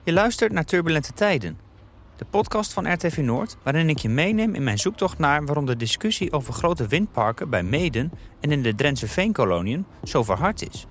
Je luistert naar Turbulente Tijden, de podcast van RTV Noord, waarin ik je meeneem in mijn zoektocht naar waarom de discussie over grote windparken bij Meeden en in de Drentse Veenkoloniën zo verhard is.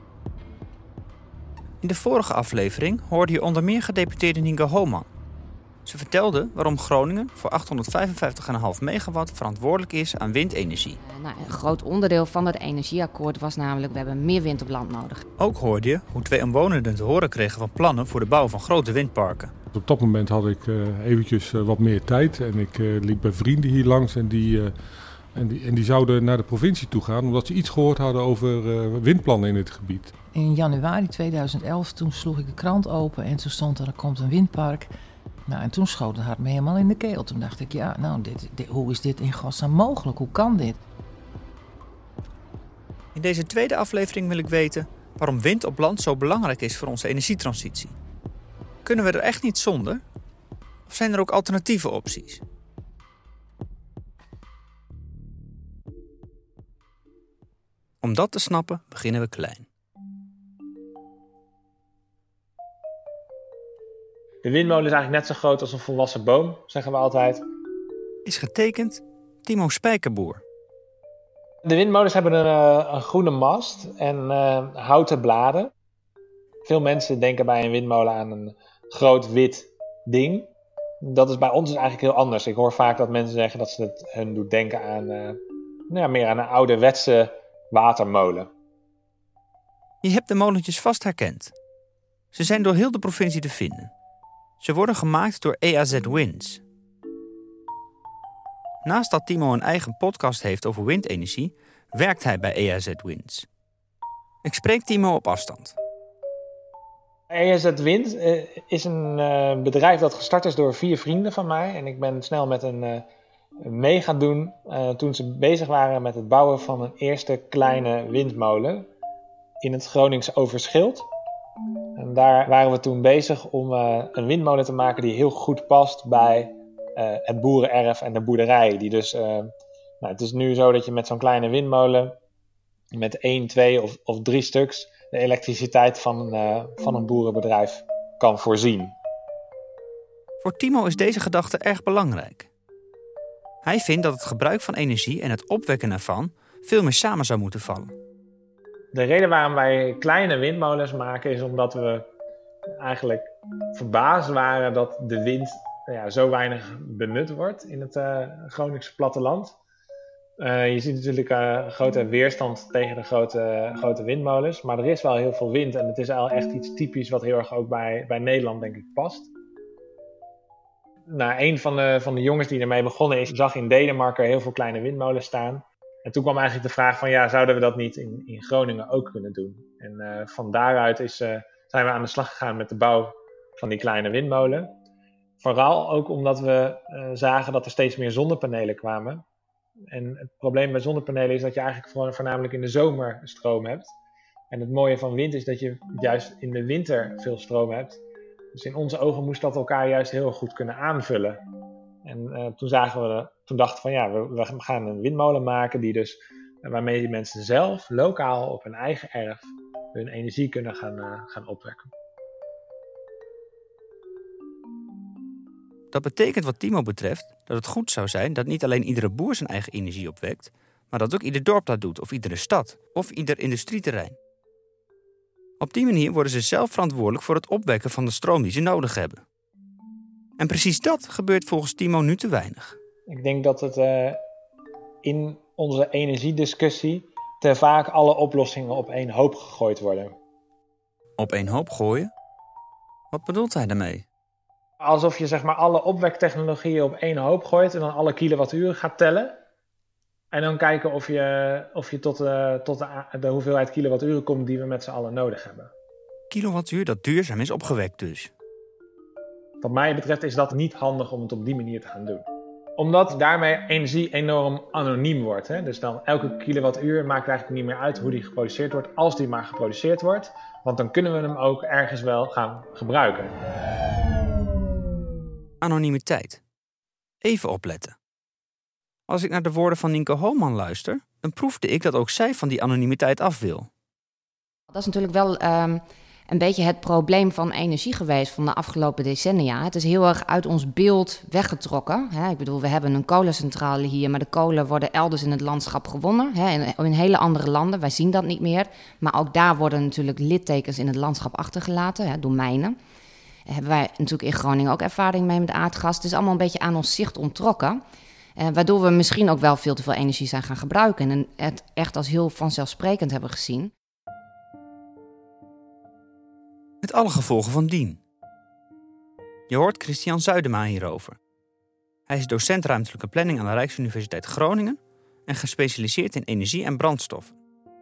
In de vorige aflevering hoorde je onder meer gedeputeerde Nienke Homan. Ze vertelde waarom Groningen voor 855,5 megawatt verantwoordelijk is aan windenergie. Een groot onderdeel van het energieakkoord was namelijk, we hebben meer wind op land nodig. Ook hoorde je hoe 2 omwonenden te horen kregen van plannen voor de bouw van grote windparken. Op dat moment had ik eventjes wat meer tijd en ik liep bij vrienden hier langs en die zouden naar de provincie toe gaan omdat ze iets gehoord hadden over windplannen in het gebied. In januari 2011 toen sloeg ik de krant open en toen stond er komt een windpark. Nou, en toen schoot het hart me helemaal in de keel. Toen dacht ik, hoe is dit in godsnaam mogelijk? Hoe kan dit? In deze tweede aflevering wil ik weten waarom wind op land zo belangrijk is voor onze energietransitie. Kunnen we er echt niet zonder? Of zijn er ook alternatieve opties? Om dat te snappen beginnen we klein. De windmolen is eigenlijk net zo groot als een volwassen boom, zeggen we altijd. Is getekend Timo Spijkerboer. De windmolens hebben een groene mast en houten bladen. Veel mensen denken bij een windmolen aan een groot wit ding. Dat is bij ons dus eigenlijk heel anders. Ik hoor vaak dat mensen zeggen dat ze het hun doet denken aan meer aan een ouderwetse watermolen. Je hebt de molentjes vast herkend. Ze zijn door heel de provincie te vinden. Ze worden gemaakt door EAZ Winds. Naast dat Timo een eigen podcast heeft over windenergie, werkt hij bij EAZ Winds. Ik spreek Timo op afstand. EAZ Wind is een bedrijf dat gestart is door 4 vrienden van mij. En ik ben snel met hen mee gaan doen toen ze bezig waren met het bouwen van een eerste kleine windmolen in het Groningse Overschild. En daar waren we toen bezig om een windmolen te maken die heel goed past bij het boerenerf en de boerderij. Die dus, het is nu zo dat je met zo'n kleine windmolen met 1, 2 of 3 stuks de elektriciteit van een boerenbedrijf kan voorzien. Voor Timo is deze gedachte erg belangrijk. Hij vindt dat het gebruik van energie en het opwekken ervan veel meer samen zou moeten vallen. De reden waarom wij kleine windmolens maken is omdat we eigenlijk verbaasd waren dat de wind zo weinig benut wordt in het Groningse platteland. Je ziet natuurlijk grote weerstand tegen de grote windmolens, maar er is wel heel veel wind en het is al echt iets typisch wat heel erg ook bij Nederland denk ik past. Een van de jongens die ermee begonnen is, zag in Denemarken heel veel kleine windmolens staan. En toen kwam eigenlijk de vraag van zouden we dat niet in Groningen ook kunnen doen? En van daaruit zijn we aan de slag gegaan met de bouw van die kleine windmolen. Vooral ook omdat we zagen dat er steeds meer zonnepanelen kwamen. En het probleem bij zonnepanelen is dat je eigenlijk voornamelijk in de zomer stroom hebt. En het mooie van wind is dat je juist in de winter veel stroom hebt. Dus in onze ogen moest dat elkaar juist heel goed kunnen aanvullen. En toen dachten we van we gaan een windmolen maken waarmee die mensen zelf lokaal op hun eigen erf hun energie kunnen gaan opwekken. Dat betekent wat Timo betreft dat het goed zou zijn dat niet alleen iedere boer zijn eigen energie opwekt, maar dat ook ieder dorp dat doet, of iedere stad, of ieder industrieterrein. Op die manier worden ze zelf verantwoordelijk voor het opwekken van de stroom die ze nodig hebben. En precies dat gebeurt volgens Timo nu te weinig. Ik denk dat het in onze energiediscussie te vaak alle oplossingen op één hoop gegooid worden. Op één hoop gooien? Wat bedoelt hij daarmee? Alsof je alle opwektechnologieën op één hoop gooit en dan alle kilowatturen gaat tellen. En dan kijken of je tot de hoeveelheid kilowatturen komt die we met z'n allen nodig hebben. Kilowattuur dat duurzaam is opgewekt dus. Wat mij betreft is dat niet handig om het op die manier te gaan doen. Omdat daarmee energie enorm anoniem wordt. Hè? Dus dan elke kilowattuur maakt eigenlijk niet meer uit hoe die geproduceerd wordt, als die maar geproduceerd wordt. Want dan kunnen we hem ook ergens wel gaan gebruiken. Anonimiteit. Even opletten. Als ik naar de woorden van Nienke Homan luister, dan proefde ik dat ook zij van die anonimiteit af wil. Dat is natuurlijk wel een beetje het probleem van energie geweest van de afgelopen decennia. Het is heel erg uit ons beeld weggetrokken. Ik bedoel, we hebben een kolencentrale hier, maar de kolen worden elders in het landschap gewonnen. In hele andere landen, wij zien dat niet meer. Maar ook daar worden natuurlijk littekens in het landschap achtergelaten, door mijnen. Hebben wij natuurlijk in Groningen ook ervaring mee met aardgas. Het is allemaal een beetje aan ons zicht onttrokken. Waardoor we misschien ook wel veel te veel energie zijn gaan gebruiken. En het echt als heel vanzelfsprekend hebben gezien. Met alle gevolgen van dien. Je hoort Christian Zuidema hierover. Hij is docent ruimtelijke planning aan de Rijksuniversiteit Groningen en gespecialiseerd in energie en brandstoffen.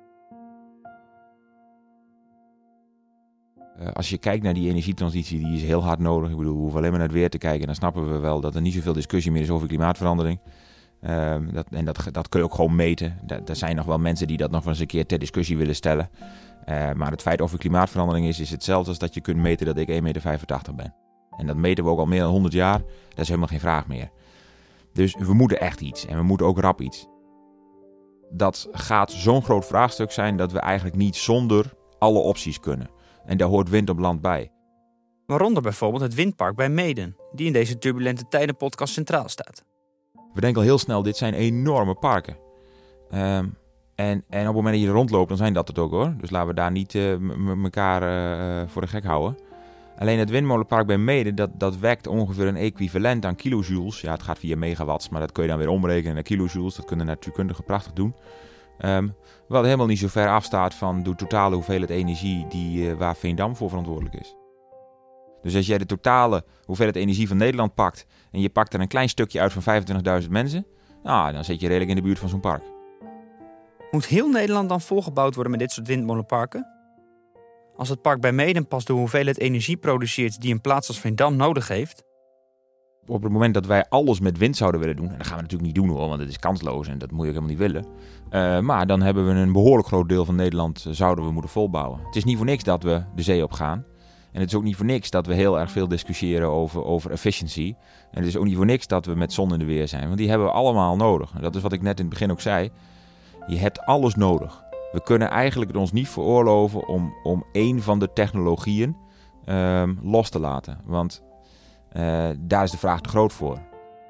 Als je kijkt naar die energietransitie, die is heel hard nodig. Ik bedoel, we hoeven alleen maar naar het weer te kijken en dan snappen we wel dat er niet zoveel discussie meer is over klimaatverandering. Dat kun je ook gewoon meten. Er zijn nog wel mensen die dat nog eens een keer ter discussie willen stellen. Maar het feit of er klimaatverandering is hetzelfde als dat je kunt meten dat ik 1,85 meter ben. En dat meten we ook al meer dan 100 jaar. Dat is helemaal geen vraag meer. Dus we moeten echt iets en we moeten ook rap iets. Dat gaat zo'n groot vraagstuk zijn dat we eigenlijk niet zonder alle opties kunnen. En daar hoort wind op land bij. Waaronder bijvoorbeeld het windpark bij Meeden, die in deze turbulente tijden podcast centraal staat. We denken al heel snel, dit zijn enorme parken. En op het moment dat je er rondloopt, dan zijn dat het ook hoor. Dus laten we daar niet elkaar voor de gek houden. Alleen het windmolenpark bij Meeden, dat wekt ongeveer een equivalent aan kilojoules. Ja, het gaat via megawatts, maar dat kun je dan weer omrekenen naar kilojoules. Dat kunnen natuurkundigen prachtig doen. Wat helemaal niet zo ver afstaat van de totale hoeveelheid energie waar Veendam voor verantwoordelijk is. Dus als jij de totale hoeveelheid energie van Nederland pakt en je pakt er een klein stukje uit van 25.000 mensen, dan zit je redelijk in de buurt van zo'n park. Moet heel Nederland dan volgebouwd worden met dit soort windmolenparken? Als het park bij Meeden pas de hoeveelheid energie produceert die een plaats als Veendam nodig heeft? Op het moment dat wij alles met wind zouden willen doen, en dat gaan we natuurlijk niet doen hoor, want het is kansloos en dat moet je ook helemaal niet willen. Maar dan hebben we een behoorlijk groot deel van Nederland zouden we moeten volbouwen. Het is niet voor niks dat we de zee op gaan. En het is ook niet voor niks dat we heel erg veel discussiëren over efficiency. En het is ook niet voor niks dat we met zon in de weer zijn, want die hebben we allemaal nodig. En dat is wat ik net in het begin ook zei. Je hebt alles nodig. We kunnen eigenlijk het ons niet veroorloven om één van de technologieën los te laten. Want daar is de vraag te groot voor.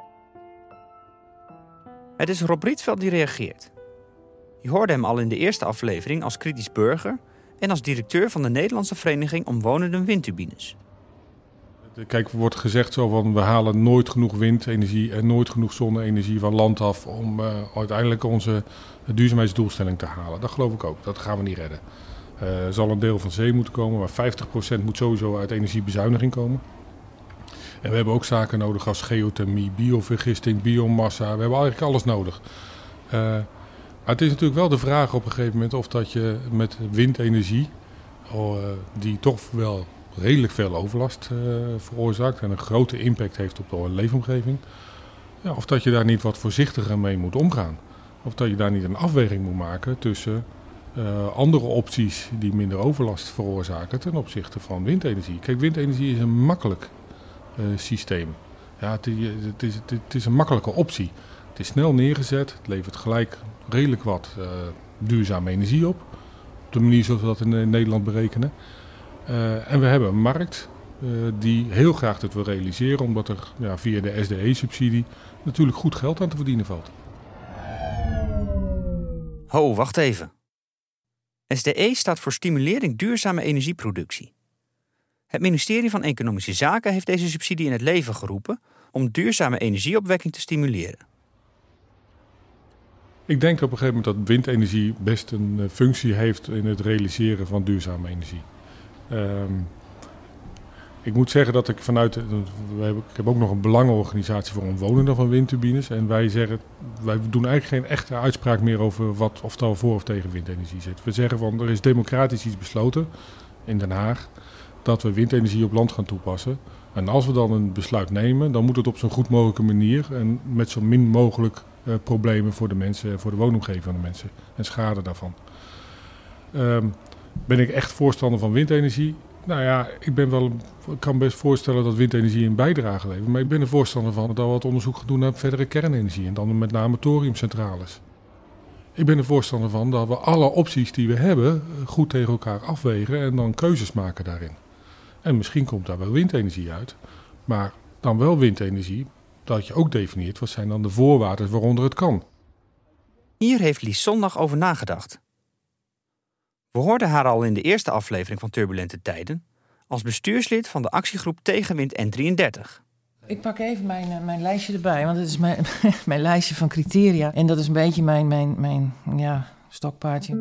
Het is Rob Rietveld die reageert. Je hoorde hem al in de eerste aflevering als kritisch burger en als directeur van de Nederlandse Vereniging Omwonenden Windturbines. Kijk, er wordt gezegd zo van we halen nooit genoeg windenergie en nooit genoeg zonne-energie van land af om uiteindelijk onze duurzaamheidsdoelstelling te halen. Dat geloof ik ook, dat gaan we niet redden. Er zal een deel van zee moeten komen, maar 50% moet sowieso uit energiebezuiniging komen. En we hebben ook zaken nodig als geothermie, biovergisting, biomassa. We hebben eigenlijk alles nodig. Maar het is natuurlijk wel de vraag op een gegeven moment of dat je met windenergie, die toch wel redelijk veel overlast veroorzaakt en een grote impact heeft op de leefomgeving, of dat je daar niet wat voorzichtiger mee moet omgaan. Of dat je daar niet een afweging moet maken tussen andere opties die minder overlast veroorzaken ten opzichte van windenergie. Kijk, windenergie is een makkelijk systeem. Ja, het is een makkelijke optie. Het is snel neergezet, het levert gelijk redelijk wat duurzame energie op. Op de manier zoals we dat in Nederland berekenen. En we hebben een markt die heel graag dit wil realiseren, omdat er via de SDE-subsidie natuurlijk goed geld aan te verdienen valt. Ho, wacht even. SDE staat voor Stimulering Duurzame Energieproductie. Het ministerie van Economische Zaken heeft deze subsidie in het leven geroepen om duurzame energieopwekking te stimuleren. Ik denk op een gegeven moment dat windenergie best een functie heeft in het realiseren van duurzame energie. Ik moet zeggen dat ik ik heb ook nog een belangenorganisatie voor omwonenden van windturbines. En wij doen eigenlijk geen echte uitspraak meer over of daar voor of tegen windenergie zit. We zeggen van er is democratisch iets besloten in Den Haag dat we windenergie op land gaan toepassen. En als we dan een besluit nemen, dan moet het op zo'n goed mogelijke manier en met zo min mogelijk problemen voor de mensen en voor de woonomgeving van de mensen en schade daarvan. Ben ik echt voorstander van windenergie? Nou ja, ik kan best voorstellen dat windenergie een bijdrage levert. Maar ik ben er voorstander van dat we wat onderzoek gaan doen naar verdere kernenergie. En dan met name thoriumcentrales. Ik ben er voorstander van dat we alle opties die we hebben goed tegen elkaar afwegen en dan keuzes maken daarin. En misschien komt daar wel windenergie uit, maar dan wel windenergie dat je ook definieert wat zijn dan de voorwaarden waaronder het kan. Hier heeft Lies zondag over nagedacht. We hoorden haar al in de eerste aflevering van Turbulente Tijden als bestuurslid van de actiegroep Tegenwind N33. Ik pak even mijn lijstje erbij, want het is mijn lijstje van criteria. En dat is een beetje mijn stokpaardje.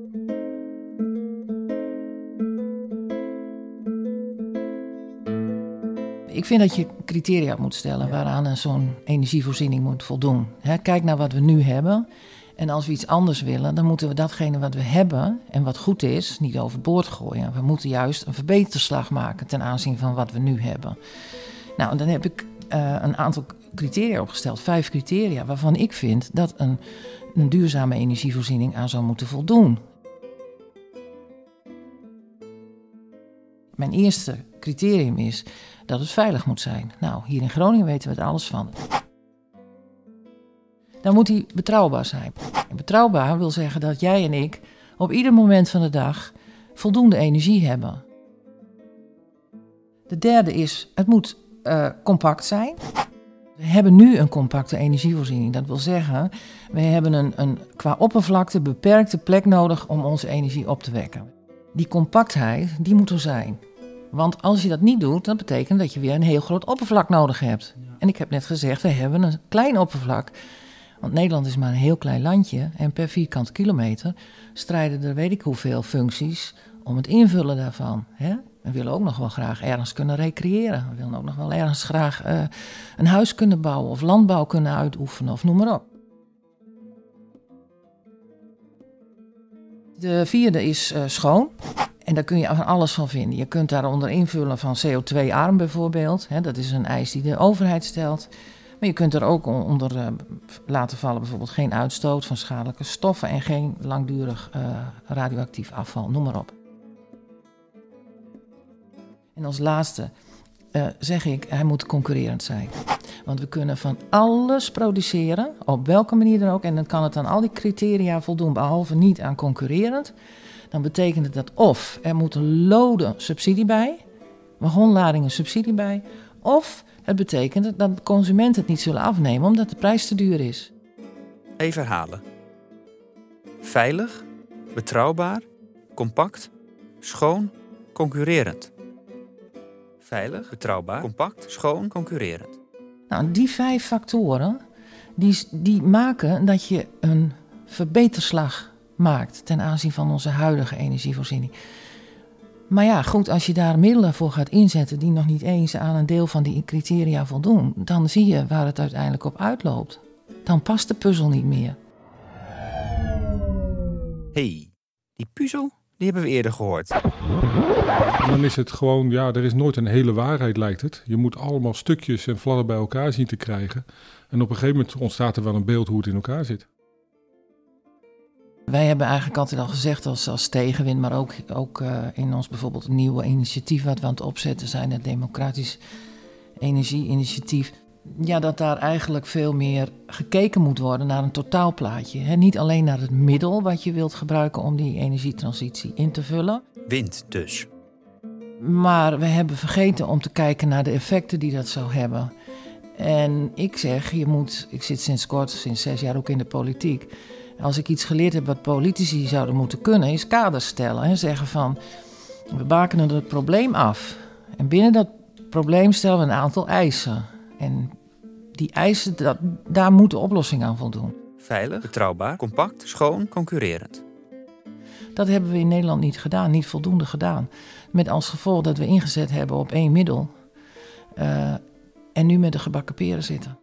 Ik vind dat je criteria moet stellen waaraan zo'n energievoorziening moet voldoen. Kijk naar wat we nu hebben. En als we iets anders willen, dan moeten we datgene wat we hebben en wat goed is, niet overboord gooien. We moeten juist een verbeterslag maken ten aanzien van wat we nu hebben. Nou, en dan heb ik een aantal criteria opgesteld, 5 criteria, waarvan ik vind dat een duurzame energievoorziening aan zou moeten voldoen. Mijn eerste criterium is dat het veilig moet zijn. Nou, hier in Groningen weten we er alles van. Dan moet hij betrouwbaar zijn. En betrouwbaar wil zeggen dat jij en ik op ieder moment van de dag voldoende energie hebben. De derde is, het moet compact zijn. We hebben nu een compacte energievoorziening. Dat wil zeggen, we hebben een qua oppervlakte beperkte plek nodig om onze energie op te wekken. Die compactheid, die moet er zijn. Want als je dat niet doet, dat betekent dat je weer een heel groot oppervlak nodig hebt. En ik heb net gezegd, we hebben een klein oppervlak. Want Nederland is maar een heel klein landje en per vierkante kilometer strijden er weet ik hoeveel functies om het invullen daarvan. Hè? We willen ook nog wel graag ergens kunnen recreëren. We willen ook nog wel ergens graag een huis kunnen bouwen of landbouw kunnen uitoefenen of noem maar op. De vierde is schoon. En daar kun je van alles van vinden. Je kunt daaronder invullen van CO2-arm bijvoorbeeld. Hè? Dat is een eis die de overheid stelt. Maar je kunt er ook onder laten vallen bijvoorbeeld geen uitstoot van schadelijke stoffen en geen langdurig radioactief afval, noem maar op. En als laatste zeg ik, hij moet concurrerend zijn. Want we kunnen van alles produceren, op welke manier dan ook. En dan kan het aan al die criteria voldoen, behalve niet aan concurrerend. Dan betekent het dat of er moet een lode subsidie bij, wagonladingen subsidie bij, of het betekent dat de consumenten het niet zullen afnemen omdat de prijs te duur is. Even herhalen. Veilig, betrouwbaar, compact, schoon, concurrerend. Veilig, betrouwbaar, compact, schoon, concurrerend. Nou, die 5 factoren die maken dat je een verbeterslag maakt ten aanzien van onze huidige energievoorziening. Maar ja, goed, als je daar middelen voor gaat inzetten die nog niet eens aan een deel van die criteria voldoen, dan zie je waar het uiteindelijk op uitloopt. Dan past de puzzel niet meer. Die puzzel, die hebben we eerder gehoord. En dan is het gewoon, er is nooit een hele waarheid lijkt het. Je moet allemaal stukjes en fladder bij elkaar zien te krijgen. En op een gegeven moment ontstaat er wel een beeld hoe het in elkaar zit. Wij hebben eigenlijk altijd al gezegd als tegenwind, maar ook in ons bijvoorbeeld nieuwe initiatief wat we aan het opzetten zijn, het Democratisch Energie-initiatief. Ja, dat daar eigenlijk veel meer gekeken moet worden naar een totaalplaatje. He, niet alleen naar het middel wat je wilt gebruiken om die energietransitie in te vullen. Wind dus. Maar we hebben vergeten om te kijken naar de effecten die dat zou hebben. En ik zeg, ik zit sinds 6 jaar ook in de politiek. Als ik iets geleerd heb wat politici zouden moeten kunnen, is kaders stellen. En zeggen van, we bakenen het probleem af. En binnen dat probleem stellen we een aantal eisen. En die eisen, daar moet de oplossing aan voldoen. Veilig, betrouwbaar, compact, schoon, concurrerend. Dat hebben we in Nederland niet gedaan, niet voldoende gedaan. Met als gevolg dat we ingezet hebben op 1 middel. En nu met de gebakken peren zitten.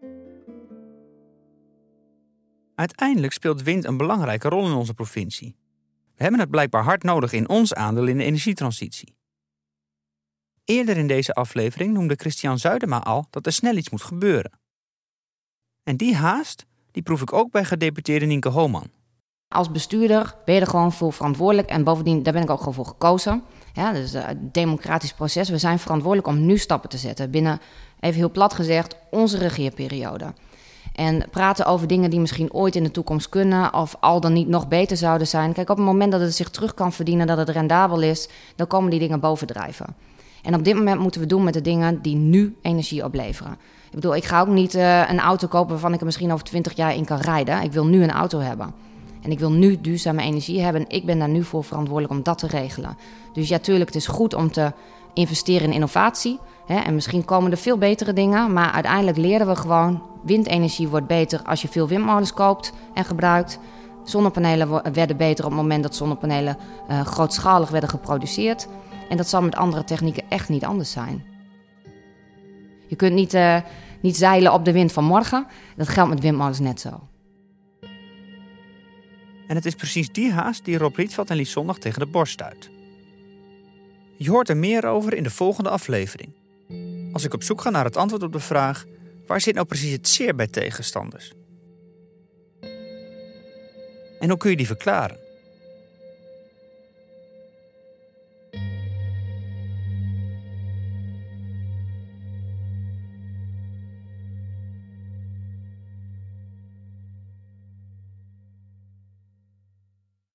Uiteindelijk speelt wind een belangrijke rol in onze provincie. We hebben het blijkbaar hard nodig in ons aandeel in de energietransitie. Eerder in deze aflevering noemde Christian Zuidema al dat er snel iets moet gebeuren. En die haast, die proef ik ook bij gedeputeerde Nienke Hooman. Als bestuurder ben je er gewoon voor verantwoordelijk. En bovendien, daar ben ik ook gewoon voor gekozen. Ja, dus het democratisch proces. We zijn verantwoordelijk om nu stappen te zetten. Binnen, even heel plat gezegd, onze regeerperiode. En praten over dingen die misschien ooit in de toekomst kunnen of al dan niet nog beter zouden zijn. Kijk, op het moment dat het zich terug kan verdienen, dat het rendabel is, dan komen die dingen bovendrijven. En op dit moment moeten we doen met de dingen die nu energie opleveren. Ik bedoel, ik ga ook niet een auto kopen waarvan ik er misschien over 20 jaar in kan rijden. Ik wil nu een auto hebben. En ik wil nu duurzame energie hebben. En ik ben daar nu voor verantwoordelijk om dat te regelen. Dus ja, tuurlijk, het is goed om te investeren in innovatie. Hè, en misschien komen er veel betere dingen. Maar uiteindelijk leren we gewoon, windenergie wordt beter als je veel windmolens koopt en gebruikt. Zonnepanelen werden beter op het moment dat zonnepanelen grootschalig werden geproduceerd. En dat zal met andere technieken echt niet anders zijn. Je kunt niet zeilen op de wind van morgen. Dat geldt met windmolens net zo. En het is precies die haast die Rob Rietveld en Lies Zondag tegen de borst stuit. Je hoort er meer over in de volgende aflevering. Als ik op zoek ga naar het antwoord op de vraag: waar zit nou precies het zeer bij tegenstanders? En hoe kun je die verklaren?